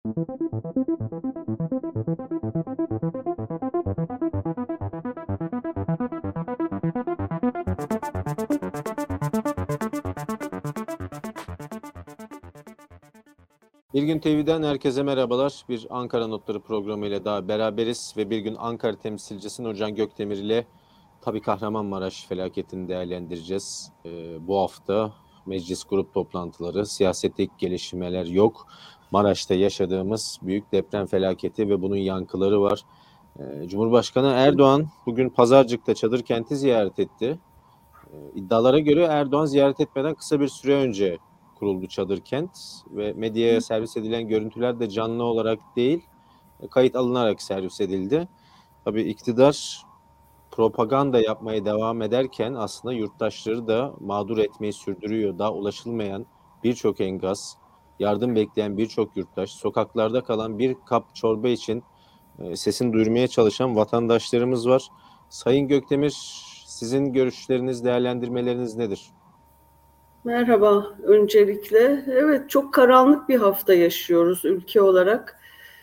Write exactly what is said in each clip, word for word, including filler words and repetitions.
Bir Gün T V'den herkese merhabalar. Bir Ankara Notları programı ile daha beraberiz ve bir gün Ankara temsilcisi Nurcan Gökdemir ile tabii Kahramanmaraş felaketini değerlendireceğiz. Ee, bu hafta meclis grup toplantıları, siyasetteki gelişmeler yok. Maraş'ta yaşadığımız büyük deprem felaketi ve bunun yankıları var. Ee, Cumhurbaşkanı Erdoğan bugün Pazarcık'ta çadır kenti ziyaret etti. Ee, iddialara göre Erdoğan ziyaret etmeden kısa bir süre önce kuruldu çadır kent ve medyaya servis edilen görüntüler de canlı olarak değil, kayıt alınarak servis edildi. Tabii iktidar propaganda yapmaya devam ederken aslında yurttaşları da mağdur etmeyi sürdürüyor. Daha ulaşılmayan birçok enkaz, yardım bekleyen birçok yurttaş, sokaklarda kalan bir kap çorba için e, sesini duyurmaya çalışan vatandaşlarımız var. Sayın Gökdemir, sizin görüşleriniz, değerlendirmeleriniz nedir? Merhaba öncelikle. Evet, çok karanlık bir hafta yaşıyoruz ülke olarak.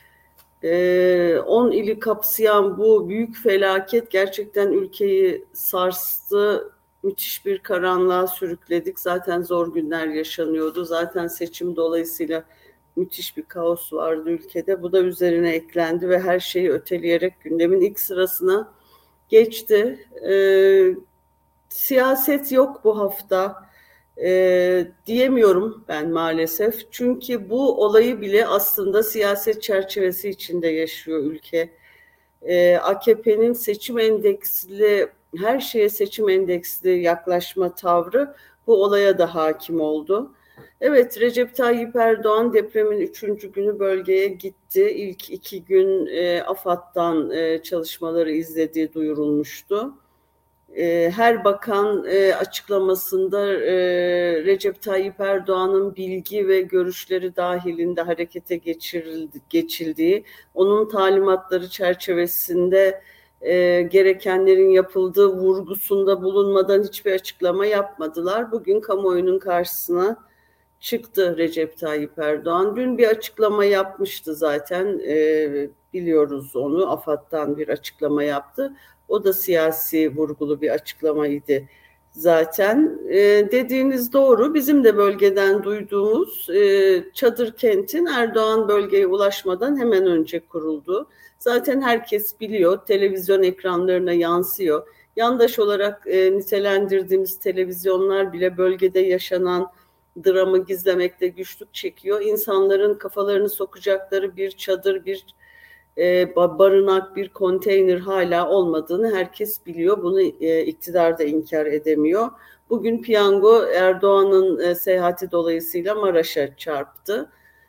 Ee, on ili kapsayan bu büyük felaket gerçekten ülkeyi sarstı. Müthiş bir karanlığa sürükledik. Zaten zor günler yaşanıyordu. Zaten seçim dolayısıyla müthiş bir kaos vardı ülkede. Bu da üzerine eklendi ve her şeyi öteleyerek gündemin ilk sırasına geçti. Ee, siyaset yok bu hafta. Ee, diyemiyorum ben maalesef. Çünkü bu olayı bile aslında siyaset çerçevesi içinde yaşıyor ülke. Ee, A K P'nin seçim endeksli, her şeye seçim endeksli yaklaşma tavrı bu olaya da hakim oldu. Evet, Recep Tayyip Erdoğan depremin üçüncü günü bölgeye gitti. İlk iki gün e, AFAD'dan e, çalışmaları izlediği duyurulmuştu. Her bakan açıklamasında Recep Tayyip Erdoğan'ın bilgi ve görüşleri dahilinde harekete geçirildi, geçildiği, onun talimatları çerçevesinde gerekenlerin yapıldığı vurgusunda bulunmadan hiçbir açıklama yapmadılar. Bugün kamuoyunun karşısına çıktı Recep Tayyip Erdoğan. Dün bir açıklama yapmıştı zaten, biliyoruz onu, AFAD'dan bir açıklama yaptı. O da siyasi vurgulu bir açıklamaydı zaten. E, dediğiniz doğru. Bizim de bölgeden duyduğumuz e, çadır kentin Erdoğan bölgeye ulaşmadan hemen önce kuruldu. Zaten herkes biliyor. Televizyon ekranlarına yansıyor. Yandaş olarak e, nitelendirdiğimiz televizyonlar bile bölgede yaşanan dramı gizlemekte güçlük çekiyor. İnsanların kafalarını sokacakları bir çadır, bir E, barınak, bir konteyner hala olmadığını herkes biliyor. Bunu e, iktidar da inkar edemiyor. Bugün piyango Erdoğan'ın e, seyahati dolayısıyla Maraş'a çarptı.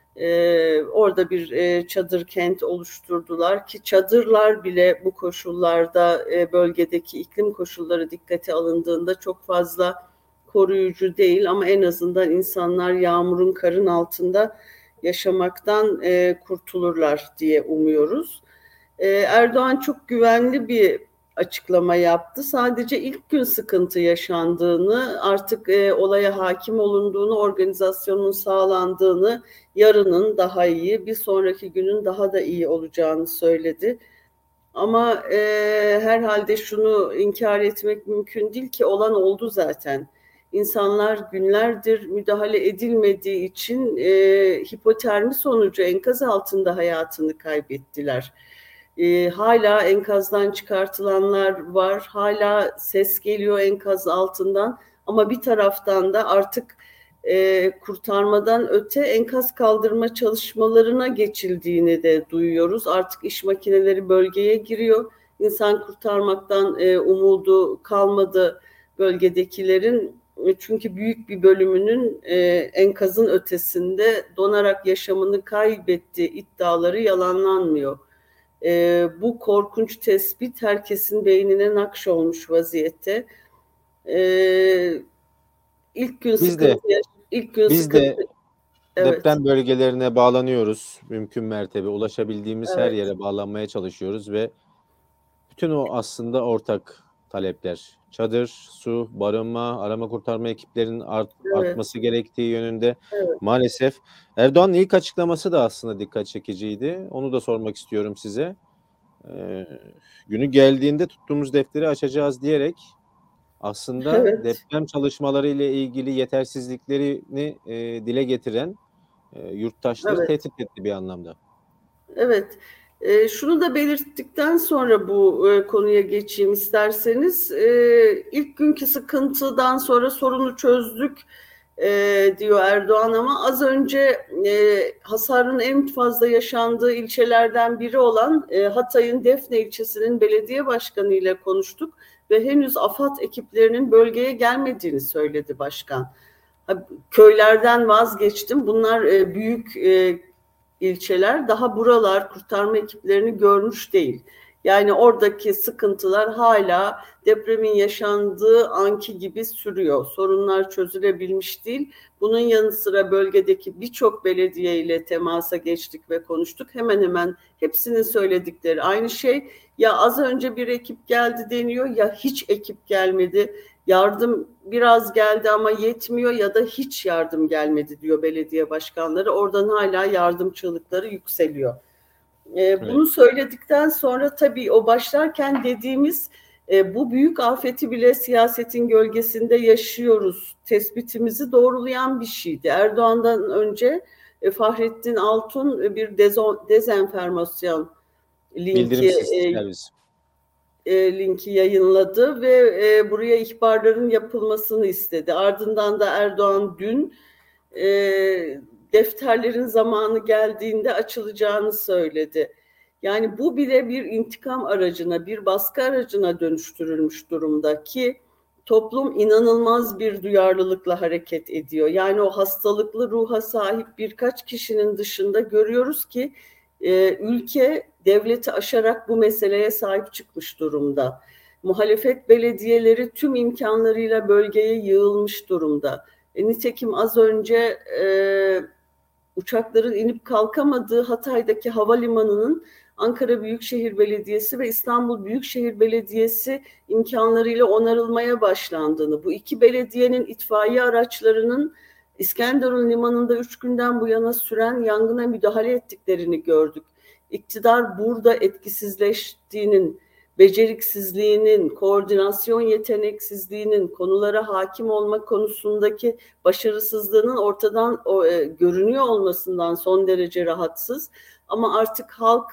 E, orada bir e, çadır kent oluşturdular ki çadırlar bile bu koşullarda, e, bölgedeki iklim koşulları dikkate alındığında çok fazla koruyucu değil, ama en azından insanlar yağmurun, karın altında yaşamaktan e, kurtulurlar diye umuyoruz. E, Erdoğan çok güvenli bir açıklama yaptı. Sadece ilk gün sıkıntı yaşandığını, artık e, olaya hakim olunduğunu, organizasyonun sağlandığını, yarının daha iyi, bir sonraki günün daha da iyi olacağını söyledi. Ama e, herhalde şunu inkar etmek mümkün değil ki olan oldu zaten. İnsanlar günlerdir müdahale edilmediği için e, hipotermi sonucu enkaz altında hayatını kaybettiler. E, hala enkazdan çıkartılanlar var, hala ses geliyor enkaz altından, ama bir taraftan da artık e, kurtarmadan öte enkaz kaldırma çalışmalarına geçildiğini de duyuyoruz. Artık iş makineleri bölgeye giriyor. İnsan kurtarmaktan e, umudu kalmadı bölgedekilerin. Çünkü büyük bir bölümünün e, enkazın ötesinde donarak yaşamını kaybettiği iddiaları yalanlanmıyor. E, bu korkunç tespit herkesin beynine nakş olmuş vaziyette. E, ilk gün Biz de sıkıntı, ilk gün biz sıkıntı. de Evet, deprem bölgelerine bağlanıyoruz. Mümkün mertebe ulaşabildiğimiz her evet. yere bağlanmaya çalışıyoruz ve bütün o aslında ortak talepler, çadır, su, barınma, arama kurtarma ekiplerinin art, Evet. artması gerektiği yönünde. Evet. Maalesef Erdoğan'ın ilk açıklaması da aslında dikkat çekiciydi. Onu da sormak istiyorum size. Ee, günü geldiğinde tuttuğumuz defteri açacağız diyerek aslında Evet. deprem çalışmaları ile ilgili yetersizliklerini e, dile getiren e, yurttaşları Evet. tehdit etti bir anlamda. Evet. E, şunu da belirttikten sonra bu e, konuya geçeyim isterseniz. E, ilk günkü sıkıntıdan sonra sorunu çözdük e, diyor Erdoğan ama az önce e, hasarın en fazla yaşandığı ilçelerden biri olan e, Hatay'ın Defne ilçesinin belediye başkanı ile konuştuk ve henüz AFAD ekiplerinin bölgeye gelmediğini söyledi başkan. Köylerden vazgeçtim. Bunlar e, büyük e, ilçeler, daha buralar kurtarma ekiplerini görmüş değil. Yani oradaki sıkıntılar hala depremin yaşandığı anki gibi sürüyor. Sorunlar çözülebilmiş değil. Bunun yanı sıra bölgedeki birçok belediye ile temasa geçtik ve konuştuk. Hemen hemen hepsinin söyledikleri aynı şey. Ya az önce bir ekip geldi deniyor, ya hiç ekip gelmedi. Yardım biraz geldi ama yetmiyor ya da hiç yardım gelmedi diyor belediye başkanları. Oradan hala yardım çığlıkları yükseliyor. Ee, Evet. Bunu söyledikten sonra tabii o başlarken dediğimiz e, bu büyük afeti bile siyasetin gölgesinde yaşıyoruz tespitimizi doğrulayan bir şeydi. Erdoğan'dan önce e, Fahrettin Altun e, bir dezo, dezenformasyon linki Bildirimsiz e, servis. E, linki yayınladı ve e, buraya ihbarların yapılmasını istedi. Ardından da Erdoğan dün e, defterlerin zamanı geldiğinde açılacağını söyledi. Yani bu bile bir intikam aracına, bir baskı aracına dönüştürülmüş durumda ki toplum inanılmaz bir duyarlılıkla hareket ediyor. Yani o hastalıklı ruha sahip birkaç kişinin dışında görüyoruz ki e, ülke devleti aşarak bu meseleye sahip çıkmış durumda. Muhalefet belediyeleri tüm imkanlarıyla bölgeye yığılmış durumda. E, nitekim az önce e, uçakların inip kalkamadığı Hatay'daki havalimanının Ankara Büyükşehir Belediyesi ve İstanbul Büyükşehir Belediyesi imkanlarıyla onarılmaya başlandığını, bu iki belediyenin itfaiye araçlarının İskenderun Limanı'nda üç günden bu yana süren yangına müdahale ettiklerini gördük. İktidar burada etkisizleştiğinin, beceriksizliğinin, koordinasyon yeteneksizliğinin, konulara hakim olma konusundaki başarısızlığının ortadan e, görünüyor olmasından son derece rahatsız. Ama artık halk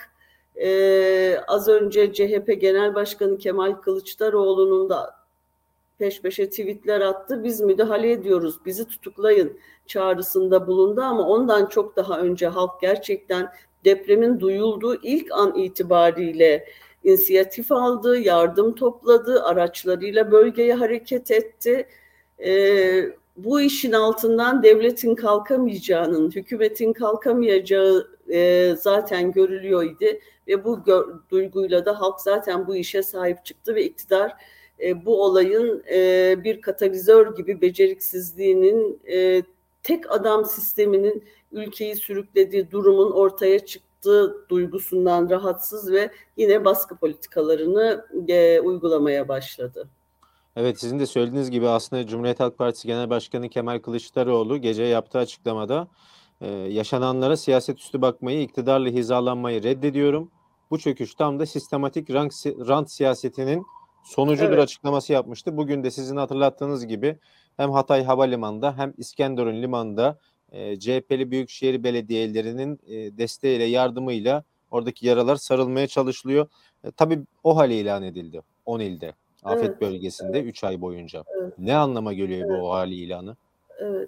e, az önce C H P Genel Başkanı Kemal Kılıçdaroğlu'nun da peş peşe tweetler attı. Biz müdahale ediyoruz, bizi tutuklayın çağrısında bulundu ama ondan çok daha önce halk gerçekten depremin duyulduğu ilk an itibariyle inisiyatif aldı, yardım topladı, araçlarıyla bölgeye hareket etti. Ee, bu işin altından devletin kalkamayacağının, hükümetin kalkamayacağı e, zaten görülüyordu ve bu gö- duyguyla da halk zaten bu işe sahip çıktı ve iktidar e, bu olayın e, bir katalizör gibi beceriksizliğinin, e, tek adam sisteminin ülkeyi sürüklediği durumun ortaya çıktığı duygusundan rahatsız ve yine baskı politikalarını e, uygulamaya başladı. Evet, sizin de söylediğiniz gibi aslında Cumhuriyet Halk Partisi Genel Başkanı Kemal Kılıçdaroğlu gece yaptığı açıklamada e, yaşananlara siyaset üstü bakmayı, iktidarla hizalanmayı reddediyorum. Bu çöküş tam da sistematik rant, rant siyasetinin sonucudur Evet. açıklaması yapmıştı. Bugün de sizin hatırlattığınız gibi hem Hatay Havalimanı'nda hem İskenderun Limanı'nda e, C H P'li büyükşehir belediyelerinin e, desteğiyle, yardımıyla oradaki yaralar sarılmaya çalışılıyor. E, tabii o hal ilan edildi on ilde. Afet Evet, bölgesinde üç ay boyunca. evet, Ne anlama geliyor evet, bu o hali ilanı? evet.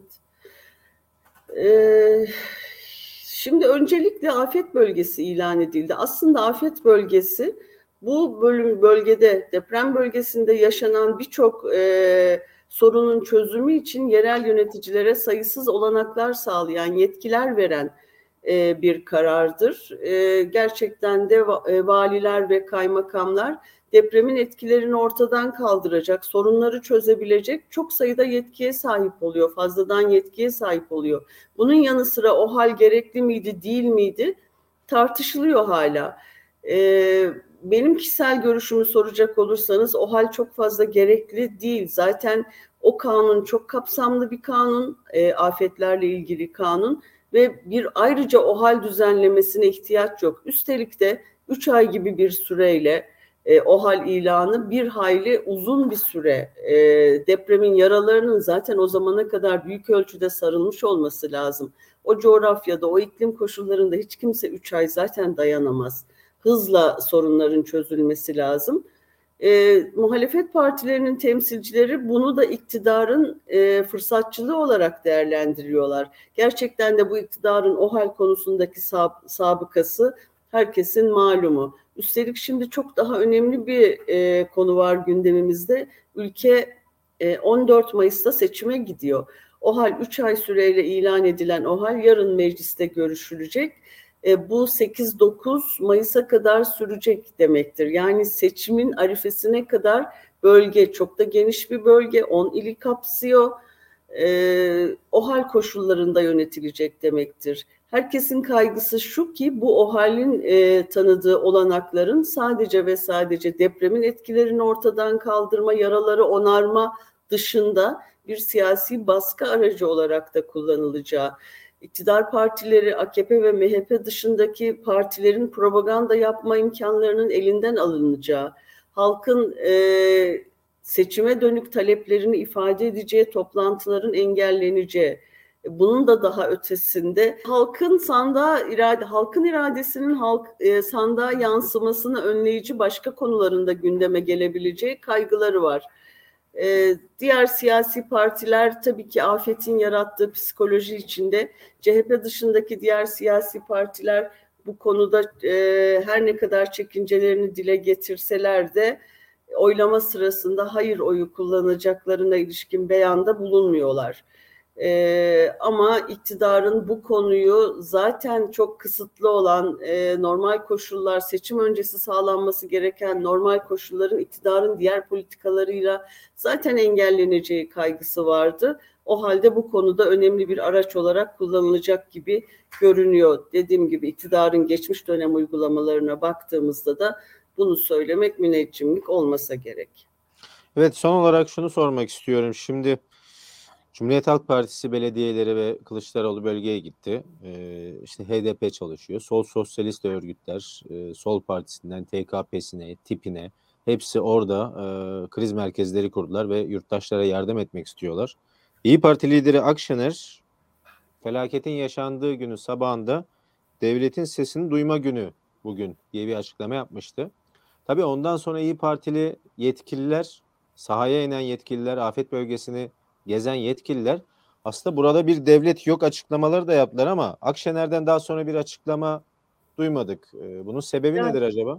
Ee, şimdi öncelikle afet bölgesi ilan edildi. Aslında afet bölgesi bu bölüm bölgede, deprem bölgesinde yaşanan birçok e, sorunun çözümü için yerel yöneticilere sayısız olanaklar sağlayan, yetkiler veren e, bir karardır. E, gerçekten de e, valiler ve kaymakamlar depremin etkilerini ortadan kaldıracak, sorunları çözebilecek çok sayıda yetkiye sahip oluyor, fazladan yetkiye sahip oluyor. Bunun yanı sıra o hal gerekli miydi, değil miydi tartışılıyor hala. Ee, benim kişisel görüşümü soracak olursanız OHAL çok fazla gerekli değil. Zaten o kanun çok kapsamlı bir kanun, e, afetlerle ilgili kanun ve bir ayrıca OHAL düzenlemesine ihtiyaç yok. Üstelik de üç ay gibi bir süreyle e, OHAL ilanı bir hayli uzun bir süre. E, depremin yaralarının zaten o zamana kadar büyük ölçüde sarılmış olması lazım. O coğrafyada, o iklim koşullarında hiç kimse üç ay zaten dayanamaz. Hızla sorunların çözülmesi lazım. E, muhalefet partilerinin temsilcileri bunu da iktidarın e, fırsatçılığı olarak değerlendiriyorlar. Gerçekten de bu iktidarın OHAL konusundaki sab- sabıkası herkesin malumu. Üstelik şimdi çok daha önemli bir e, konu var gündemimizde. Ülke e, on dört Mayıs'ta seçime gidiyor. OHAL üç ay süreyle ilan edilen OHAL yarın mecliste görüşülecek. E, bu sekiz dokuz Mayıs'a kadar sürecek demektir. Yani seçimin arifesine kadar bölge çok da geniş bir bölge, on ili kapsıyor. E, OHAL koşullarında yönetilecek demektir. Herkesin kaygısı şu ki bu OHAL'in e, tanıdığı olanakların sadece ve sadece depremin etkilerini ortadan kaldırma, yaraları onarma dışında bir siyasi baskı aracı olarak da kullanılacağı. İktidar partileri, A K P ve M H P dışındaki partilerin propaganda yapma imkanlarının elinden alınacağı, halkın e, seçime dönük taleplerini ifade edeceği toplantıların engelleneceği, bunun da daha ötesinde halkın sandığa irade, halkın iradesinin halk e, sandığa yansımasını önleyici başka konularında gündeme gelebileceği kaygıları var. Ee, diğer siyasi partiler tabii ki afetin yarattığı psikoloji içinde, C H P dışındaki diğer siyasi partiler bu konuda e, her ne kadar çekincelerini dile getirseler de oylama sırasında hayır oyu kullanacaklarına ilişkin beyanda bulunmuyorlar. Ee, ama iktidarın bu konuyu zaten çok kısıtlı olan e, normal koşullar, seçim öncesi sağlanması gereken normal koşulların iktidarın diğer politikalarıyla zaten engelleneceği kaygısı vardı. O halde bu konuda önemli bir araç olarak kullanılacak gibi görünüyor. Dediğim gibi iktidarın geçmiş dönem uygulamalarına baktığımızda da bunu söylemek müneccimlik olmasa gerek. Evet, son olarak şunu sormak istiyorum. Şimdi Cumhuriyet Halk Partisi belediyeleri ve Kılıçdaroğlu bölgeye gitti. Ee, işte H D P çalışıyor. Sol sosyalist örgütler, e, Sol Partisi'nden T K P'sine, tipine hepsi orada e, kriz merkezleri kurdular ve yurttaşlara yardım etmek istiyorlar. İyi Parti lideri Akşener, felaketin yaşandığı günün sabahında devletin sesini duyma günü bugün diye bir açıklama yapmıştı. Tabii ondan sonra İyi Partili yetkililer, sahaya inen yetkililer, afet bölgesini gezen yetkililer aslında burada bir devlet yok açıklamaları da yaptılar ama Akşener'den daha sonra bir açıklama duymadık. Bunun sebebi Yani, nedir acaba?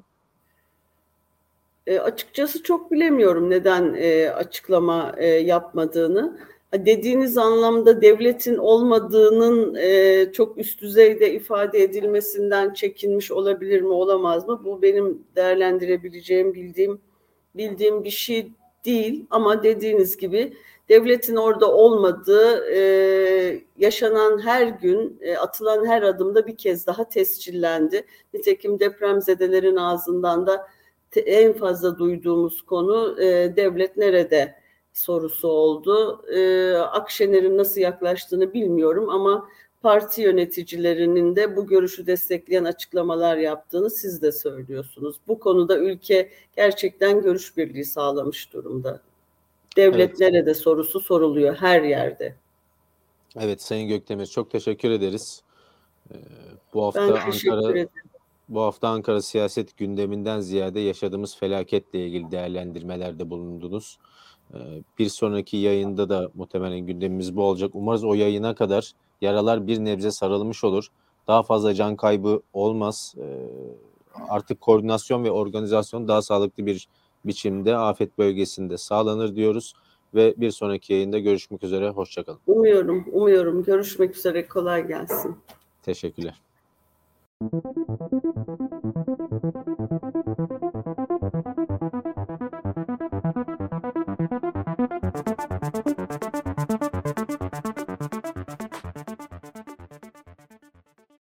E, açıkçası çok bilemiyorum neden e, açıklama e, yapmadığını. Dediğiniz anlamda devletin olmadığının e, çok üst düzeyde ifade edilmesinden çekinmiş olabilir mi, olamaz mı? Bu benim değerlendirebileceğim, bildiğim bildiğim bir şey değil. Ama dediğiniz gibi devletin orada olmadığı, e, yaşanan her gün, e, atılan her adımda bir kez daha tescillendi. Nitekim depremzedelerin ağzından da en fazla duyduğumuz konu e, devlet nerede sorusu oldu. E, Akşener'in nasıl yaklaştığını bilmiyorum ama parti yöneticilerinin de bu görüşü destekleyen açıklamalar yaptığını siz de söylüyorsunuz. Bu konuda ülke gerçekten görüş birliği sağlamış durumda. Devlet evet. Nerede sorusu soruluyor her yerde. Evet Sayın Gökdemir, çok teşekkür ederiz. Ee, bu hafta ben teşekkür Ankara ederim. Bu hafta Ankara siyaset gündeminden ziyade yaşadığımız felaketle ilgili değerlendirmelerde bulundunuz. Bir sonraki yayında da muhtemelen gündemimiz bu olacak. Umarız o yayına kadar yaralar bir nebze sarılmış olur. Daha fazla can kaybı olmaz. Artık koordinasyon ve organizasyon daha sağlıklı bir biçimde afet bölgesinde sağlanır diyoruz. Ve bir sonraki yayında görüşmek üzere. Hoşçakalın. Umuyorum, umuyorum. Görüşmek üzere. Kolay gelsin. Teşekkürler.